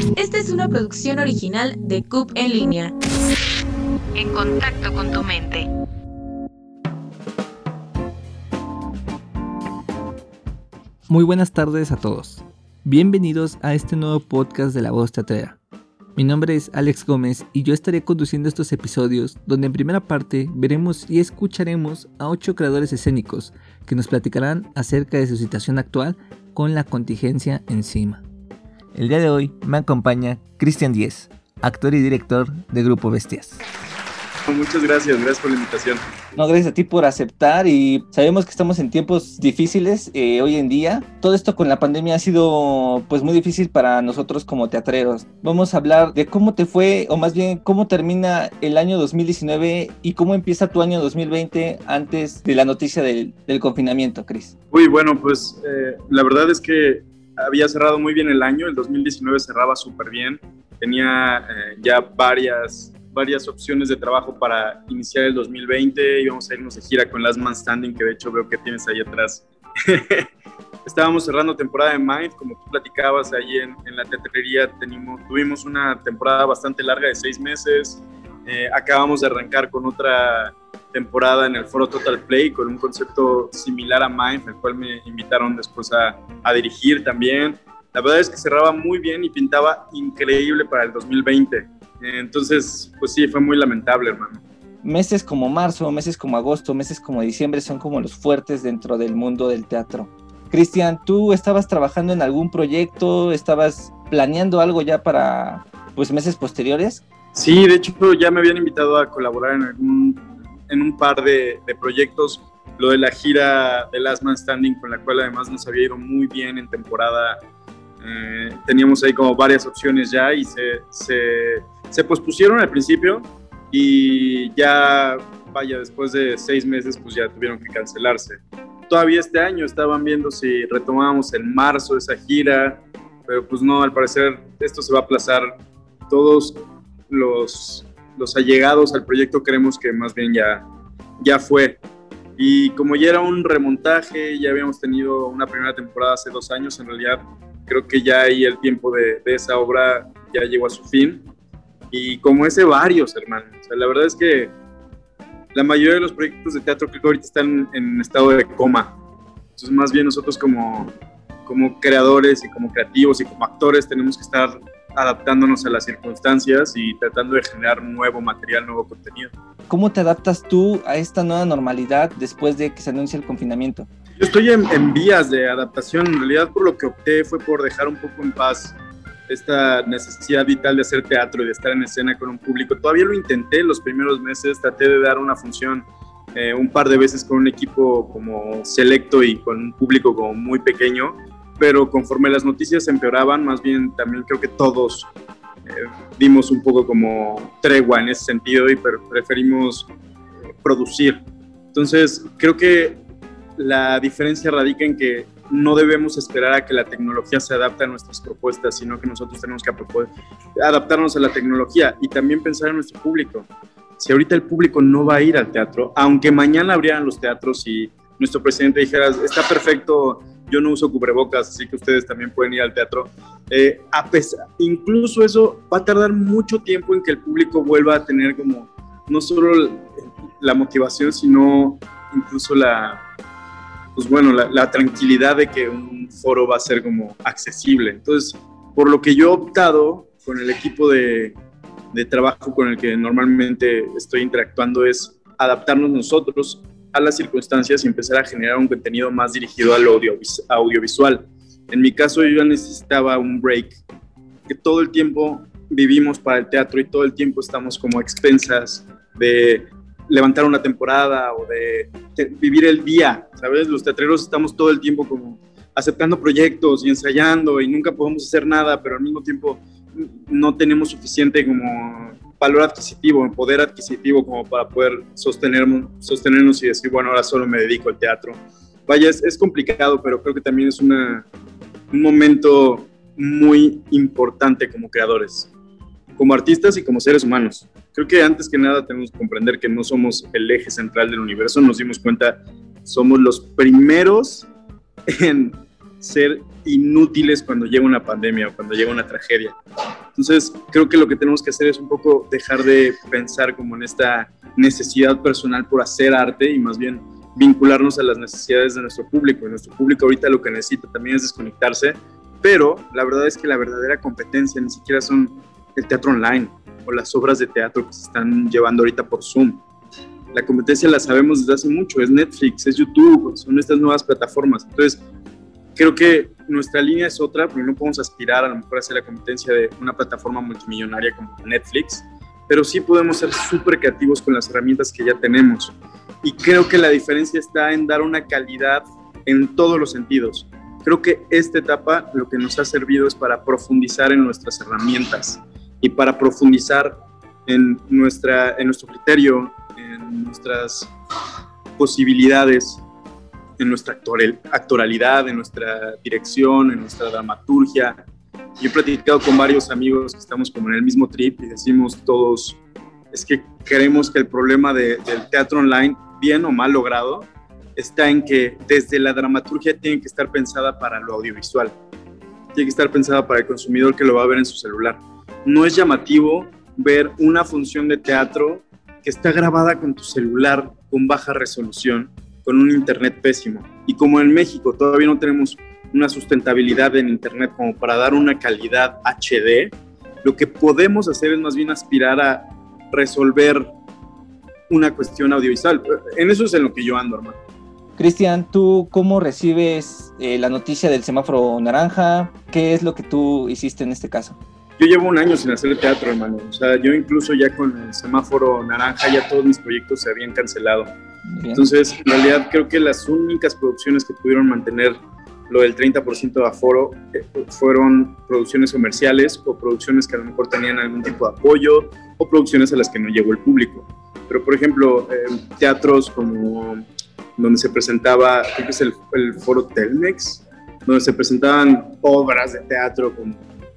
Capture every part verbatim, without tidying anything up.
Esta es una producción original de C U P en línea. En contacto con tu mente. Muy buenas tardes a todos. Bienvenidos a este nuevo podcast de La Voz Teatrera. Mi nombre es Alex Gómez y yo estaré conduciendo estos episodios donde en primera parte veremos y escucharemos a ocho creadores escénicos que nos platicarán acerca de su situación actual con la contingencia encima. El día de hoy me acompaña Cristian Díez, actor y director de Grupo Bestias. Muchas gracias, gracias por la invitación. No, gracias a ti por aceptar, y sabemos que estamos en tiempos difíciles eh, hoy en día. Todo esto con la pandemia ha sido pues muy difícil para nosotros como teatreros. Vamos a hablar de cómo te fue, o más bien cómo termina el año dos mil diecinueve y cómo empieza tu año dos mil veinte antes de la noticia del, del confinamiento, Cris. Uy, bueno, pues eh, la verdad es que había cerrado muy bien el año, el dos mil diecinueve cerraba súper bien, tenía eh, ya varias... varias opciones de trabajo para iniciar el dos mil veinte. Íbamos a irnos de gira con Last Man Standing, que de hecho veo que tienes ahí atrás. Estábamos cerrando temporada de Mind, como tú platicabas ahí en, en la teatrería. Tenimos, tuvimos una temporada bastante larga de seis meses. Eh, acabamos de arrancar con otra temporada en el Foro Total Play con un concepto similar a Mind, el cual me invitaron después a, a dirigir también. La verdad es que cerraba muy bien y pintaba increíble para el dos mil veinte. Entonces, pues sí, fue muy lamentable, hermano. Meses como marzo, meses como agosto, meses como diciembre son como los fuertes dentro del mundo del teatro. Cristian, ¿tú estabas trabajando en algún proyecto? ¿Estabas planeando algo ya para pues meses posteriores? Sí, de hecho ya me habían invitado a colaborar en, algún, en un par de, de proyectos. Lo de la gira de Last Man Standing, con la cual además nos había ido muy bien en temporada. Eh, teníamos ahí como varias opciones ya y se, se, se pospusieron al principio y ya, vaya, después de seis meses pues ya tuvieron que cancelarse. Todavía este año estaban viendo si retomábamos en marzo esa gira, pero pues no, al parecer esto se va a aplazar. Todos los, los allegados al proyecto creemos que más bien ya, ya fue. Y como ya era un remontaje, ya habíamos tenido una primera temporada hace dos años, en realidad creo que ya ahí el tiempo de, de esa obra ya llegó a su fin. Y como ese, varios, hermano. O sea, la verdad es que la mayoría de los proyectos de teatro creo que ahorita están en estado de coma. Entonces, más bien nosotros como, como creadores y como creativos y como actores tenemos que estar adaptándonos a las circunstancias y tratando de generar nuevo material, nuevo contenido. ¿Cómo te adaptas tú a esta nueva normalidad después de que se anuncie el confinamiento? Yo estoy en, en vías de adaptación. En realidad, por lo que opté fue por dejar un poco en paz esta necesidad vital de hacer teatro y de estar en escena con un público. Todavía lo intenté los primeros meses, traté de dar una función eh, un par de veces con un equipo como selecto y con un público como muy pequeño, pero conforme las noticias empeoraban, más bien también creo que todos eh, dimos un poco como tregua en ese sentido y preferimos eh, producir. Entonces, creo que la diferencia radica en que no debemos esperar a que la tecnología se adapte a nuestras propuestas, sino que nosotros tenemos que adaptarnos a la tecnología y también pensar en nuestro público. Si ahorita el público no va a ir al teatro, aunque mañana abrieran los teatros y nuestro presidente dijera, está perfecto, yo no uso cubrebocas, así que ustedes también pueden ir al teatro, eh, a pesar, incluso eso va a tardar mucho tiempo en que el público vuelva a tener como no solo la motivación, sino incluso la... pues bueno, la, la tranquilidad de que un foro va a ser como accesible. Entonces, por lo que yo he optado con el equipo de, de trabajo con el que normalmente estoy interactuando es adaptarnos nosotros a las circunstancias y empezar a generar un contenido más dirigido al audiovis- audiovisual. En mi caso, yo necesitaba un break, que todo el tiempo vivimos para el teatro y todo el tiempo estamos como a expensas de levantar una temporada o de, de vivir el día, ¿sabes? Los teatreros estamos todo el tiempo como aceptando proyectos y ensayando y nunca podemos hacer nada, pero al mismo tiempo no tenemos suficiente como valor adquisitivo, poder adquisitivo como para poder sostenernos, sostenernos y decir, bueno, ahora solo me dedico al teatro. Vaya, es, es complicado, pero creo que también es una, un momento muy importante como creadores, como artistas y como seres humanos. Creo que antes que nada tenemos que comprender que no somos el eje central del universo. Nos dimos cuenta, somos los primeros en ser inútiles cuando llega una pandemia o cuando llega una tragedia. Entonces, creo que lo que tenemos que hacer es un poco dejar de pensar como en esta necesidad personal por hacer arte y más bien vincularnos a las necesidades de nuestro público. Y nuestro público ahorita lo que necesita también es desconectarse, pero la verdad es que la verdadera competencia ni siquiera son el teatro online o las obras de teatro que se están llevando ahorita por Zoom. La competencia la sabemos desde hace mucho, es Netflix, es YouTube, son estas nuevas plataformas. Entonces, creo que nuestra línea es otra, porque no podemos aspirar a lo mejor a hacer la competencia de una plataforma multimillonaria como Netflix, pero sí podemos ser súper creativos con las herramientas que ya tenemos. Y creo que la diferencia está en dar una calidad en todos los sentidos. Creo que esta etapa lo que nos ha servido es para profundizar en nuestras herramientas y para profundizar en, nuestra, en nuestro criterio, en nuestras posibilidades, en nuestra actoralidad, en nuestra dirección, en nuestra dramaturgia. Yo he platicado con varios amigos que estamos como en el mismo trip y decimos todos, es que creemos que el problema de, del teatro online, bien o mal logrado, está en que desde la dramaturgia tiene que estar pensada para lo audiovisual, tiene que estar pensada para el consumidor que lo va a ver en su celular. No es llamativo ver una función de teatro que está grabada con tu celular con baja resolución, con un internet pésimo. Y como en México todavía no tenemos una sustentabilidad en internet como para dar una calidad H D, lo que podemos hacer es más bien aspirar a resolver una cuestión audiovisual. En eso es en lo que yo ando, hermano. Cristian, ¿tú cómo recibes eh, la noticia del semáforo naranja? ¿Qué es lo que tú hiciste en este caso? Yo llevo un año sin hacer teatro, hermano. O sea, yo incluso ya con el semáforo naranja ya todos mis proyectos se habían cancelado. Bien. Entonces, en realidad creo que las únicas producciones que pudieron mantener lo del treinta por ciento de aforo eh, fueron producciones comerciales o producciones que a lo mejor tenían algún tipo de apoyo o producciones a las que no llegó el público. Pero, por ejemplo, eh, teatros como donde se presentaba, creo que es el, el foro Telmex, donde se presentaban obras de teatro como,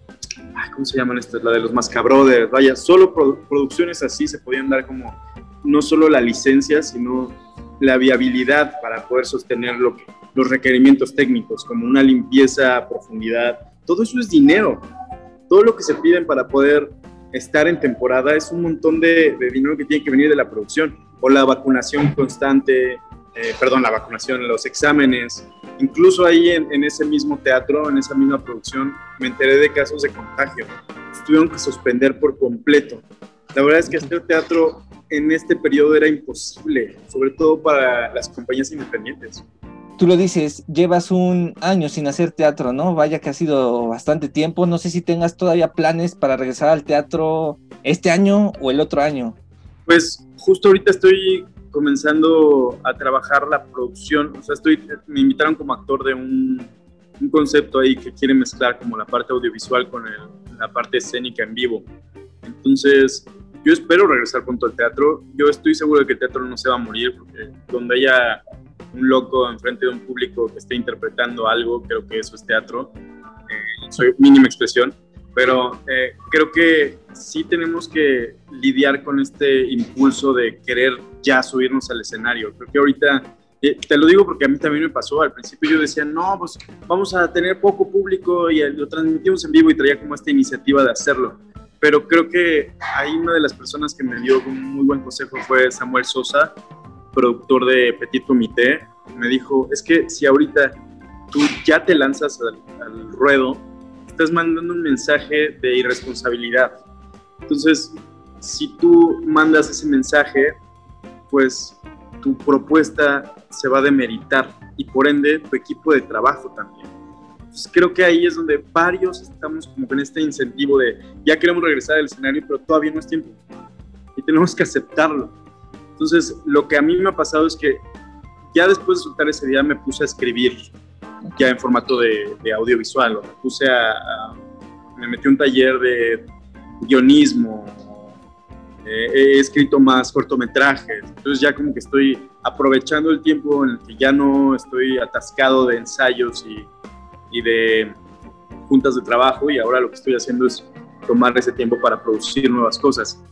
ay, ¿cómo se llaman estas? La de los Mascabrothers, vaya, solo produ- producciones así se podían dar como no solo la licencia, sino la viabilidad para poder sostener lo que, los requerimientos técnicos, como una limpieza a profundidad. Todo eso es dinero. Todo lo que se piden para poder estar en temporada es un montón de, de dinero que tiene que venir de la producción. O la vacunación constante, eh, perdón, la vacunación, los exámenes. Incluso ahí en, en ese mismo teatro, en esa misma producción, me enteré de casos de contagio. Tuvieron que suspender por completo. La verdad es que hacer teatro en este periodo era imposible, sobre todo para las compañías independientes. Tú lo dices, llevas un año sin hacer teatro, ¿no? Vaya que ha sido bastante tiempo. No sé si tengas todavía planes para regresar al teatro este año o el otro año. Pues justo ahorita estoy comenzando a trabajar la producción. O sea, estoy, me invitaron como actor de un, un concepto ahí que quiere mezclar como la parte audiovisual con el, la parte escénica en vivo. Entonces, yo espero regresar pronto al teatro. Yo estoy seguro de que el teatro no se va a morir, porque donde haya un loco enfrente de un público que esté interpretando algo, creo que eso es teatro. Eh, soy mínima expresión, pero eh, creo que sí tenemos que lidiar con este impulso de querer ya subirnos al escenario. Creo que ahorita, eh, te lo digo porque a mí también me pasó, al principio yo decía, no, pues vamos a tener poco público y lo transmitimos en vivo y traía como esta iniciativa de hacerlo. Pero creo que ahí una de las personas que me dio un muy buen consejo fue Samuel Sosa, productor de Petit Comité. Me dijo, es que si ahorita tú ya te lanzas al, al ruedo, estás mandando un mensaje de irresponsabilidad. Entonces, si tú mandas ese mensaje, pues tu propuesta se va a demeritar y por ende tu equipo de trabajo también. Entonces, creo que ahí es donde varios estamos como con este incentivo de ya queremos regresar al escenario, pero todavía no es tiempo y tenemos que aceptarlo. Entonces, lo que a mí me ha pasado es que ya después de soltar ese día me puse a escribir ya en formato de, de audiovisual, o me puse a, a, me metí a un taller de guionismo, eh, he escrito más cortometrajes, entonces ya como que estoy aprovechando el tiempo en el que ya no estoy atascado de ensayos y, y de juntas de trabajo, y ahora lo que estoy haciendo es tomar ese tiempo para producir nuevas cosas.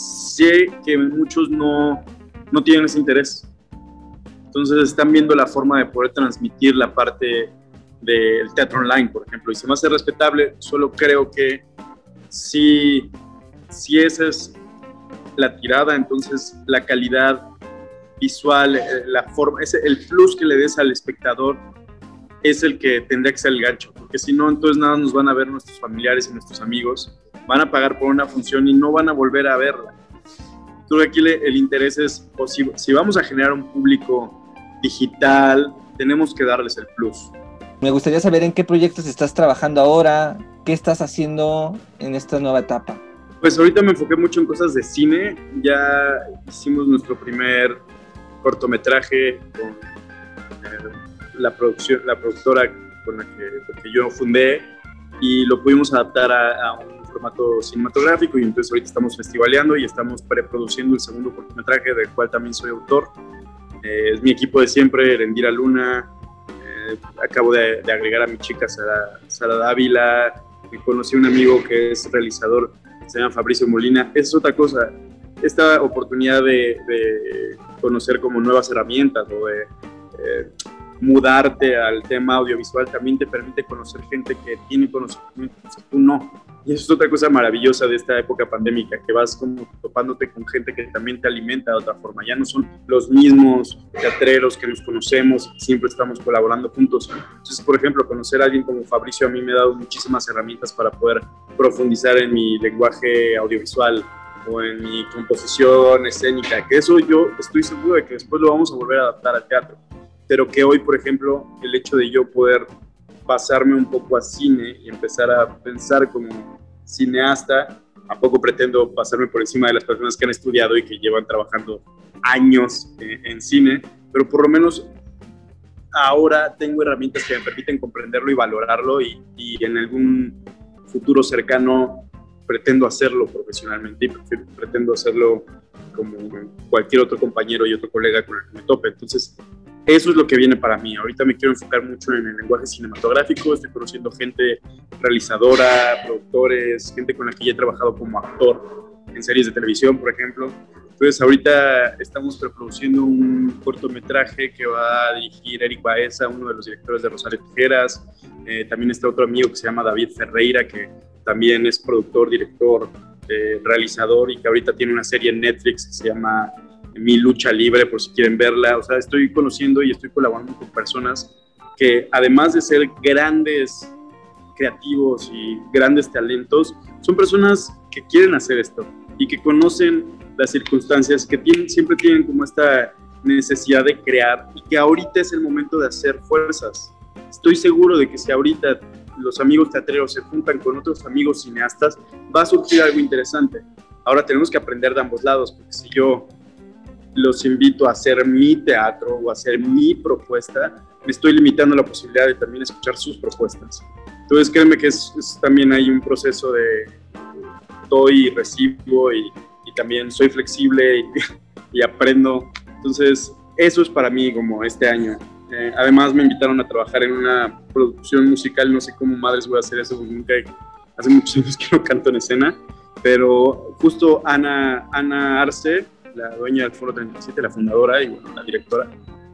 Sé que muchos no, no tienen ese interés. Entonces están viendo la forma de poder transmitir la parte del teatro online, por ejemplo, y se me hace respetable. Solo creo que si, si esa es la tirada, entonces la calidad visual, la forma, ese, el plus que le des al espectador es el que tendría que ser el gancho, porque si no, entonces nada nos van a ver nuestros familiares y nuestros amigos, van a pagar por una función y no van a volver a verla. Entonces aquí le, el interés es, o si, si vamos a generar un público digital, tenemos que darles el plus. Me gustaría saber en qué proyectos estás trabajando ahora, qué estás haciendo en esta nueva etapa. Pues ahorita me enfoqué mucho en cosas de cine, ya hicimos nuestro primer cortometraje con eh, la, producción, la productora con la que, que yo fundé, y lo pudimos adaptar a, a un formato cinematográfico, y entonces ahorita estamos festivaleando y estamos preproduciendo el segundo cortometraje del cual también soy autor. Eh, es mi equipo de siempre, Erendira Luna, eh, acabo de, de agregar a mi chica Sara, Sara Dávila, me conocí a un amigo que es realizador, se llama Fabricio Molina. Esa es otra cosa, esta oportunidad de, de conocer como nuevas herramientas o de eh, mudarte al tema audiovisual también te permite conocer gente que tiene conocimientos que tú no. Y eso es otra cosa maravillosa de esta época pandémica, que vas como topándote con gente que también te alimenta de otra forma. Ya no son los mismos teatreros que nos conocemos y siempre estamos colaborando juntos. Entonces, por ejemplo, conocer a alguien como Fabricio a mí me ha dado muchísimas herramientas para poder profundizar en mi lenguaje audiovisual o en mi composición escénica, que eso yo estoy seguro de que después lo vamos a volver a adaptar al teatro. Pero que hoy, por ejemplo, el hecho de yo poder pasarme un poco a cine y empezar a pensar como cineasta, tampoco pretendo pasarme por encima de las personas que han estudiado y que llevan trabajando años en, en cine, pero por lo menos ahora tengo herramientas que me permiten comprenderlo y valorarlo, y, y en algún futuro cercano pretendo hacerlo profesionalmente y pretendo hacerlo como cualquier otro compañero y otro colega con el que me tope. Entonces, eso es lo que viene para mí. Ahorita me quiero enfocar mucho en el lenguaje cinematográfico. Estoy conociendo gente realizadora, productores, gente con la que ya he trabajado como actor en series de televisión, por ejemplo. Entonces, ahorita estamos preproduciendo un cortometraje que va a dirigir Eric Baeza, uno de los directores de Rosario Tijeras. Eh, también está otro amigo que se llama David Ferreira, que también es productor, director, eh, realizador, y que ahorita tiene una serie en Netflix que se llama Mi Lucha Libre, por si quieren verla. O sea, estoy conociendo y estoy colaborando con personas que, además de ser grandes creativos y grandes talentos, son personas que quieren hacer esto y que conocen las circunstancias, que tienen, siempre tienen como esta necesidad de crear, y que ahorita es el momento de hacer fuerzas. Estoy seguro de que si ahorita los amigos teatreros se juntan con otros amigos cineastas, va a surgir algo interesante. Ahora tenemos que aprender de ambos lados, porque si yo los invito a hacer mi teatro o a hacer mi propuesta, me estoy limitando la posibilidad de también escuchar sus propuestas. Entonces créeme que es, es también hay un proceso de doy y recibo, y, y también soy flexible y, y aprendo. Entonces eso es para mí como este año. Eh, además me invitaron a trabajar en una producción musical, no sé cómo madres voy a hacer eso, nunca he, hace muchos años que no canto en escena, pero justo Ana, Ana Arce, la dueña del Foro treinta y siete, la fundadora y bueno, la directora,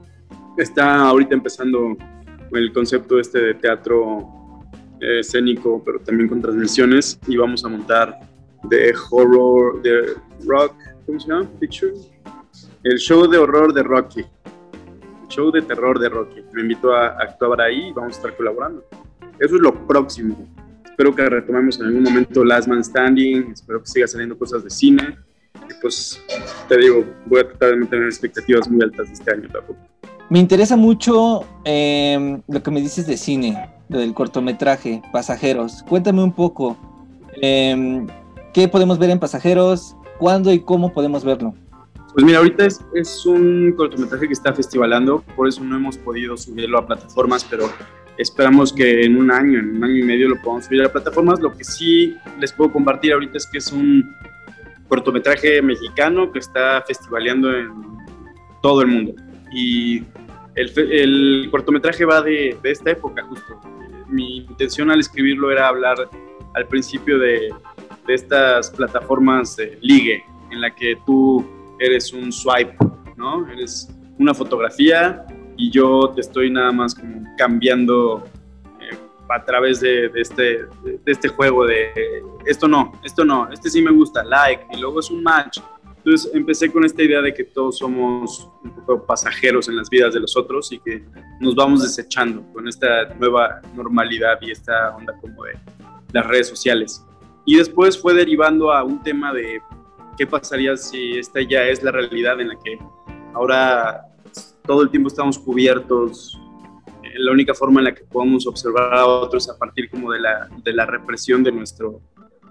está ahorita empezando con el concepto este de teatro eh, escénico, pero también con transmisiones, y vamos a montar de horror, de rock, ¿cómo se llama? Picture, el show de horror de Rocky, el show de terror de Rocky. Me invitó a, a actuar ahí y vamos a estar colaborando. Eso es lo próximo. Espero que retomemos en algún momento Last Man Standing, espero que siga saliendo cosas de cine. Y pues, te digo, voy a tratar de no tener expectativas muy altas de este año tampoco. Me interesa mucho eh, lo que me dices de cine, lo del cortometraje, Pasajeros. Cuéntame un poco, eh, ¿qué podemos ver en Pasajeros? ¿Cuándo y cómo podemos verlo? Pues mira, ahorita es, es un cortometraje que está festivalando, por eso no hemos podido subirlo a plataformas, pero esperamos que en un año, en un año y medio lo podamos subir a plataformas. Lo que sí les puedo compartir ahorita es que es un cortometraje mexicano que está festivaleando en todo el mundo. Y el, el cortometraje va de, de esta época justo. Mi intención al escribirlo era hablar al principio de, de estas plataformas de ligue, en la que tú eres un swipe, ¿no? Eres una fotografía y yo te estoy nada más como cambiando eh, a través de, de, este, de, de este juego de esto no, esto no, este sí me gusta, like, y luego es un match. Entonces empecé con esta idea de que todos somos un poco pasajeros en las vidas de los otros y que nos vamos desechando con esta nueva normalidad y esta onda como de las redes sociales. Y después fue derivando a un tema de qué pasaría si esta ya es la realidad en la que ahora todo el tiempo estamos cubiertos. La única forma en la que podemos observar a otros a partir como de la, de la represión de nuestro,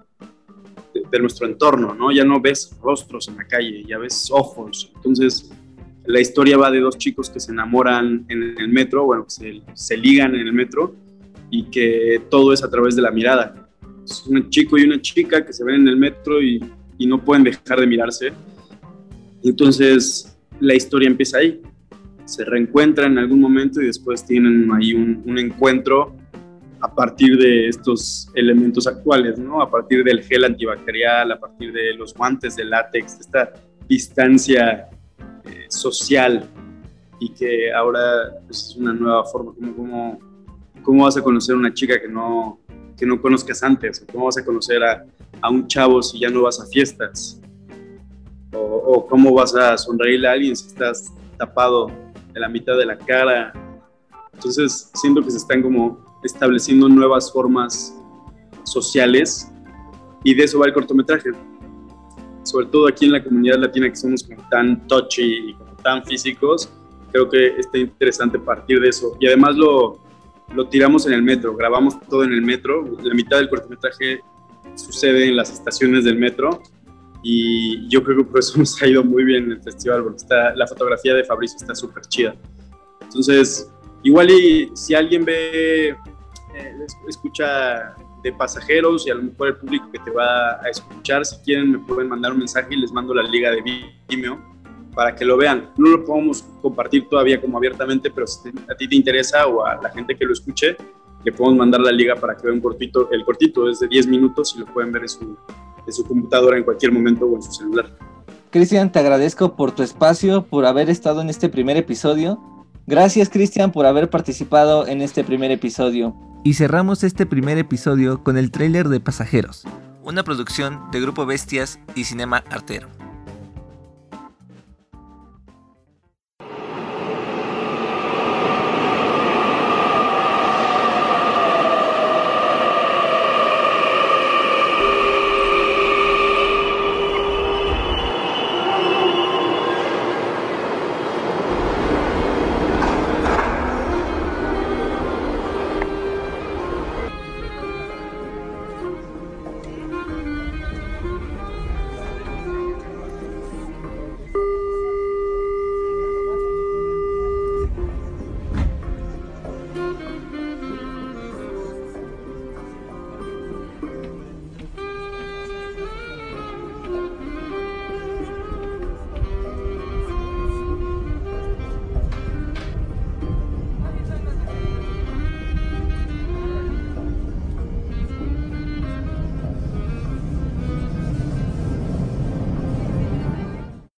de, de nuestro entorno, ¿no? Ya no ves rostros en la calle, ya ves ojos. Entonces, la historia va de dos chicos que se enamoran en el metro, bueno, que se, se ligan en el metro y que todo es a través de la mirada. Es un chico y una chica que se ven en el metro y, y no pueden dejar de mirarse. Entonces, la historia empieza ahí. Se reencuentran en algún momento y después tienen ahí un, un encuentro a partir de estos elementos actuales, ¿no? A partir del gel antibacterial, a partir de los guantes de látex, esta distancia eh, social, y que ahora pues, es una nueva forma. ¿Cómo, cómo, cómo vas a conocer a una chica que no, que no conozcas antes? ¿Cómo vas a conocer a, a un chavo si ya no vas a fiestas? O, o cómo vas a sonreírle a alguien si estás tapado de la mitad de la cara. Entonces siento que se están como estableciendo nuevas formas sociales y de eso va el cortometraje, sobre todo aquí en la comunidad latina que somos como tan touchy y como tan físicos. Creo que está interesante partir de eso y además lo, lo tiramos en el metro, grabamos todo en el metro. La mitad del cortometraje sucede en las estaciones del metro y yo creo que por eso nos ha ido muy bien en el festival, porque está, la fotografía de Fabricio está súper chida. Entonces, igual y si alguien ve, eh, escucha de pasajeros y a lo mejor el público que te va a escuchar, si quieren me pueden mandar un mensaje y les mando la liga de Vimeo para que lo vean. No lo podemos compartir todavía como abiertamente, pero si a ti te interesa o a la gente que lo escuche, le podemos mandar la liga para que vean un cortito. El cortito es de diez minutos y lo pueden ver en su de su computadora en cualquier momento o en su celular. Cristian, te agradezco por tu espacio, por haber estado en este primer episodio. Gracias, Cristian, por haber participado en este primer episodio. Y cerramos este primer episodio con el tráiler de Pasajeros, una producción de Grupo Bestias y Cinema Artero.